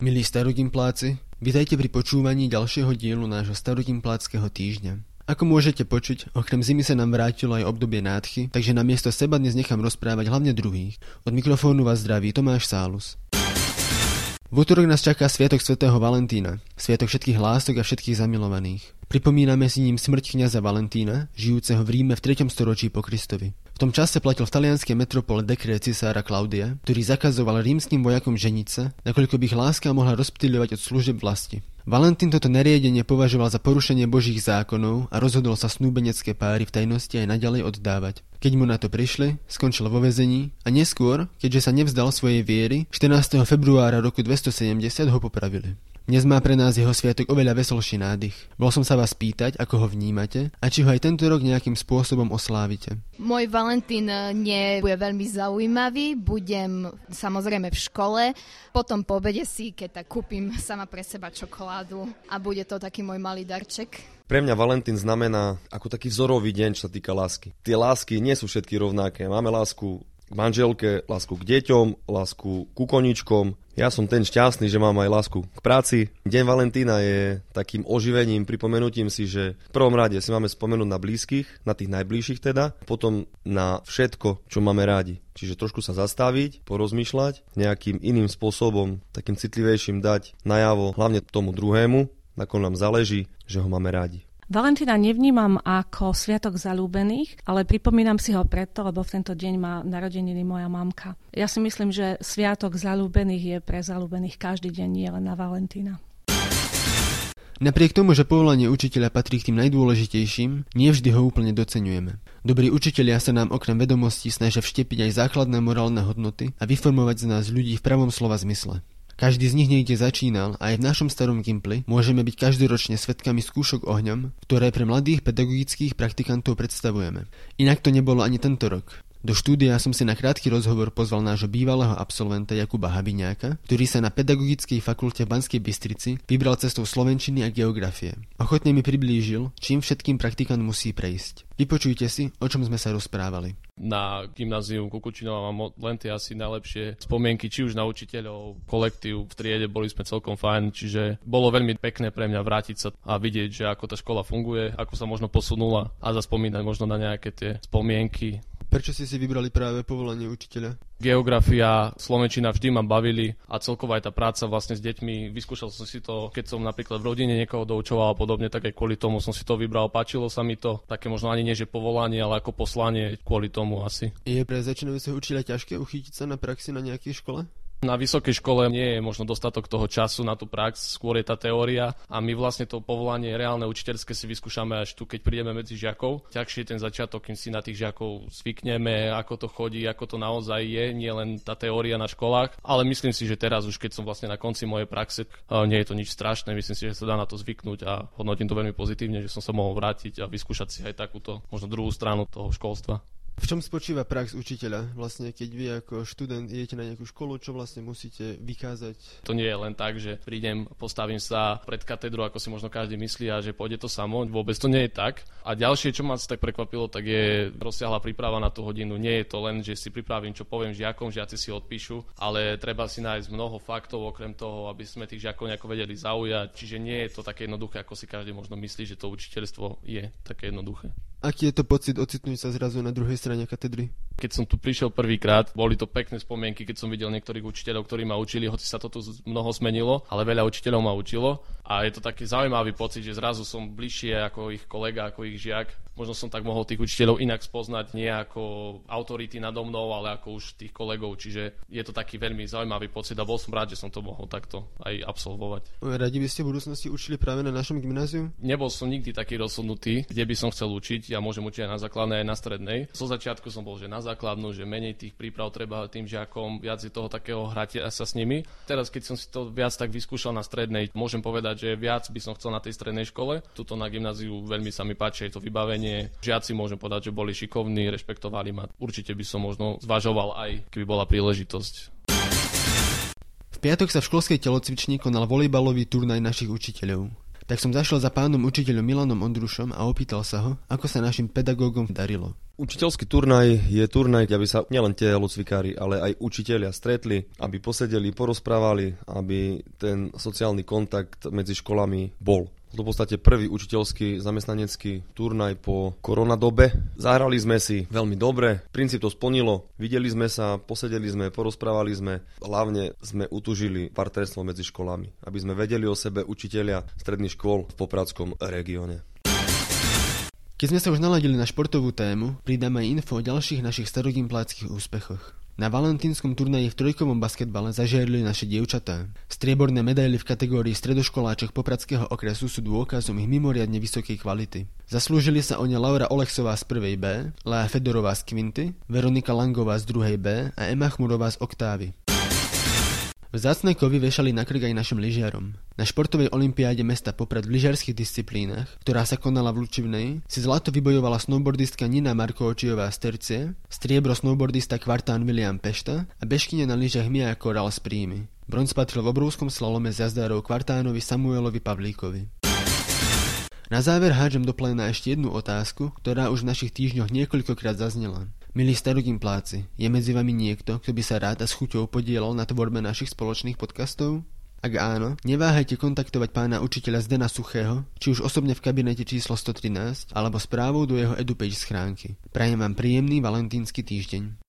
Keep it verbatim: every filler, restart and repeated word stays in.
Milí starogimpláci, vitajte pri počúvaní ďalšieho dielu nášho starogimpláckého týždňa. Ako môžete počuť, okrem zimy sa nám vrátilo aj obdobie nádchy, takže namiesto seba dnes nechám rozprávať hlavne druhých. Od mikrofónu vás zdraví Tomáš Sálus. V útorok nás čaká sviatok svätého Valentína, sviatok všetkých lások a všetkých zamilovaných. Pripomíname si ním smrť kňaza Valentína, žijúceho v Ríme v treťom storočí po Kristovi. V tom čase platil v talianskej metropole dekrét cisára Klaudia, ktorý zakazoval rímskym vojakom ženiť sa, nakoľko by ich láska mohla rozptýľovať od služieb vlasti. Valentín toto nariadenie považoval za porušenie Božích zákonov a rozhodol sa snúbenecké páry v tajnosti aj naďalej oddávať. Keď mu na to prišli, skončil vo väzení a neskôr, keďže sa nevzdal svojej viery, štrnásteho februára roku dvestosedemdesiat ho popravili. Dnes má pre nás jeho sviatok oveľa veselší nádych. Bol som sa vás pýtať, ako ho vnímate a či ho aj tento rok nejakým spôsobom oslávite. Môj Valentín nebude veľmi zaujímavý, budem samozrejme v škole, potom po obede si, keď tak kúpim sama pre seba čokoládu a bude to taký môj malý darček. Pre mňa Valentín znamená ako taký vzorový deň, čo sa týka lásky. Tie lásky nie sú všetky rovnaké. Máme lásku k manželke, lásku k deťom, lásku ku koničkom. Ja som ten šťastný, že mám aj lásku k práci. Deň Valentína je takým oživením, pripomenutím si, že v prvom rade si máme spomenúť na blízkych, na tých najbližších teda, potom na všetko, čo máme rádi. Čiže trošku sa zastaviť, porozmýšľať, nejakým iným spôsobom, takým citlivejším dať najavo hlavne tomu druhému, na kom nám záleží, že ho máme rádi. Valentína nevnímam ako sviatok zalúbených, ale pripomínam si ho preto, lebo v tento deň má narodeniny moja mamka. Ja si myslím, že sviatok zalúbených je pre zalúbených každý deň, nie len na Valentína. Napriek tomu, že povolanie učiteľa patrí k tým najdôležitejším, nevždy ho úplne doceňujeme. Dobrí učitelia sa nám okrem vedomostí snažia vštepiť aj základné morálne hodnoty a vyformovať z nás ľudí v pravom slova zmysle. Každý z nich niekde začínal a aj v našom starom Gimpli môžeme byť každoročne svedkami skúšok ohňom, ktoré pre mladých pedagogických praktikantov predstavujeme. Inak to nebolo ani tento rok. Do štúdia som si na krátky rozhovor pozval nášho bývalého absolventa Jakuba Habiňáka, ktorý sa na Pedagogickej fakulte v Banskej Bystrici vybral cestou slovenčiny a geografie. Ochotne mi priblížil, čím všetkým praktikant musí prejsť. Vypočujte si, o čom sme sa rozprávali. Na gymnázium Kukučinova mám len tie asi najlepšie spomienky, či už na učiteľov, kolektív v triede, boli sme celkom fajn, čiže bolo veľmi pekné pre mňa vrátiť sa a vidieť, že ako tá škola funguje, ako sa možno posunula a zaspomínať možno na nejaké tie spomienky. Prečo ste si vybrali práve povolanie učiteľa? Geografia, slovenčina vždy ma bavili a celková aj tá práca vlastne s deťmi. Vyskúšal som si to, keď som napríklad v rodine niekoho doučoval a podobne, tak aj kvôli tomu som si to vybral. Páčilo sa mi to, také možno ani nie že povolanie, ale ako poslanie kvôli tomu asi. Je pre začínajúceho učiteľa ťažké uchytiť sa na praxi na nejakej škole? Na vysokej škole nie je možno dostatok toho času na tú prax, skôr je tá teória a my vlastne to povolanie reálne učiteľské si vyskúšame až tu, keď prídeme medzi žiakov. Ťažšie je ten začiatok, kým si na tých žiakov zvykneme, ako to chodí, ako to naozaj je, nie len tá teória na školách, ale myslím si, že teraz už keď som vlastne na konci mojej praxe, nie je to nič strašné, myslím si, že sa dá na to zvyknúť a hodnotím to veľmi pozitívne, že som sa mohol vrátiť a vyskúšať si aj takúto možno druhú stranu toho školstva. V čom spočíva prax učiteľa? Vlastne keď vy ako študent idete na nejakú školu, čo vlastne musíte vykázať? To nie je len tak, že prídem, postavím sa pred katedru, ako si možno každý myslí a že pôjde to samo. Vôbec to nie je tak. A ďalšie, čo ma tak prekvapilo, tak je rozsiahla príprava na tú hodinu. Nie je to len, že si pripravím, čo poviem žiakom, žiaci si odpíšu, ale treba si nájsť mnoho faktov okrem toho, aby sme tých žiakov nejako vedeli zaujať. Čiže nie je to také jednoduché, ako si každý možno myslí, že to učiteľstvo je také jednoduché. Aký je to pocit ocitnúť sa zrazu na druhej strane katedry? Keď som tu prišiel prvýkrát, boli to pekné spomienky, keď som videl niektorých učiteľov, ktorí ma učili, hoci sa to tu mnoho zmenilo, ale veľa učiteľov ma učilo a je to taký zaujímavý pocit, že zrazu som bližšie ako ich kolega, ako ich žiak. Možno som tak mohol tých učiteľov inak spoznať, nie ako autority nado mnou, ale ako už tých kolegov, čiže je to taký veľmi zaujímavý pocit a bol som rád, že som to mohol takto aj absolvovať. Radi by ste v budúcnosti učili práve na našom gymnáziu? Nebol som nikdy taký rozhodnutý, kde by som chcel učiť. Ja môžem učiť aj na základnej, aj na strednej. Zo začiatku som bol, že na základnú, že menej tých príprav treba tým žiakom, viac je toho takého hratia sa s nimi. Teraz, keď som si to viac tak vyskúšal na strednej, môžem povedať, že viac by som chcel na tej strednej škole. Tuto na gymnáziu veľmi sa mi páči aj to vybavenie. Žiaci môžem povedať, že boli šikovní, rešpektovali ma. Určite by som možno zvažoval aj, keby bola príležitosť. V piatok sa v školskej telocvični konal volejbalový turnaj našich učiteľov. tak som zašiel za pánom učiteľom Milanom Ondrušom a opýtal sa ho, ako sa našim pedagógom darilo. Učiteľský turnaj je turnaj, aby sa nielen tie telocvikári, ale aj učitelia stretli, aby posedeli, porozprávali, aby ten sociálny kontakt medzi školami bol. To v podstate prvý učiteľský zamestnanecký turnaj po koronadobe. Zahrali sme si veľmi dobre, princíp to splnilo, videli sme sa, posedeli sme, porozprávali sme, hlavne sme utužili partnerstvo medzi školami, aby sme vedeli o sebe učitelia stredných škôl v Popradskom regióne. Keď sme sa už naladili na športovú tému, pridám aj info o ďalších našich starogimpláckych úspechoch. Na valentínskom turnaji v trojkovom basketbale zažiarili naše dievčatá. Strieborné medaily v kategórii stredoškoláčok Popradského okresu sú dôkazom ich mimoriadne vysokej kvality. Zaslúžili sa o ne Laura Olexová z prvej B, Lea Fedorová z Kvinty, Veronika Langová z druhej B a Ema Chmurová z Oktávy. Vzácne kovy vešali na krk aj našim lyžiarom. Na športovej olympiáde mesta Poprad v lyžiarských disciplínach, ktorá sa konala v Lučivnej, si zlato vybojovala snowboardistka Nina Markovičová z Tercie, striebro snowboardista Kvartán William Pešta a bežkyňa na lyžiach Mia Koral z Príjmy. Bronz patril v obrovskom slalome z jazdárov Kvartánovi Samuelovi Pavlíkovi. Na záver hádžem do pléna ešte jednu otázku, ktorá už v našich týždňoch niekoľkokrát zaznela. Milí starogimpláci, je medzi vami niekto, kto by sa rád a s chuťou podielal na tvorbe našich spoločných podcastov? Ak áno, neváhajte kontaktovať pána učiteľa Zdena Suchého, či už osobne v kabinete číslo sto trinásť, alebo správou do jeho edupage schránky. Prajem vám príjemný valentínsky týždeň.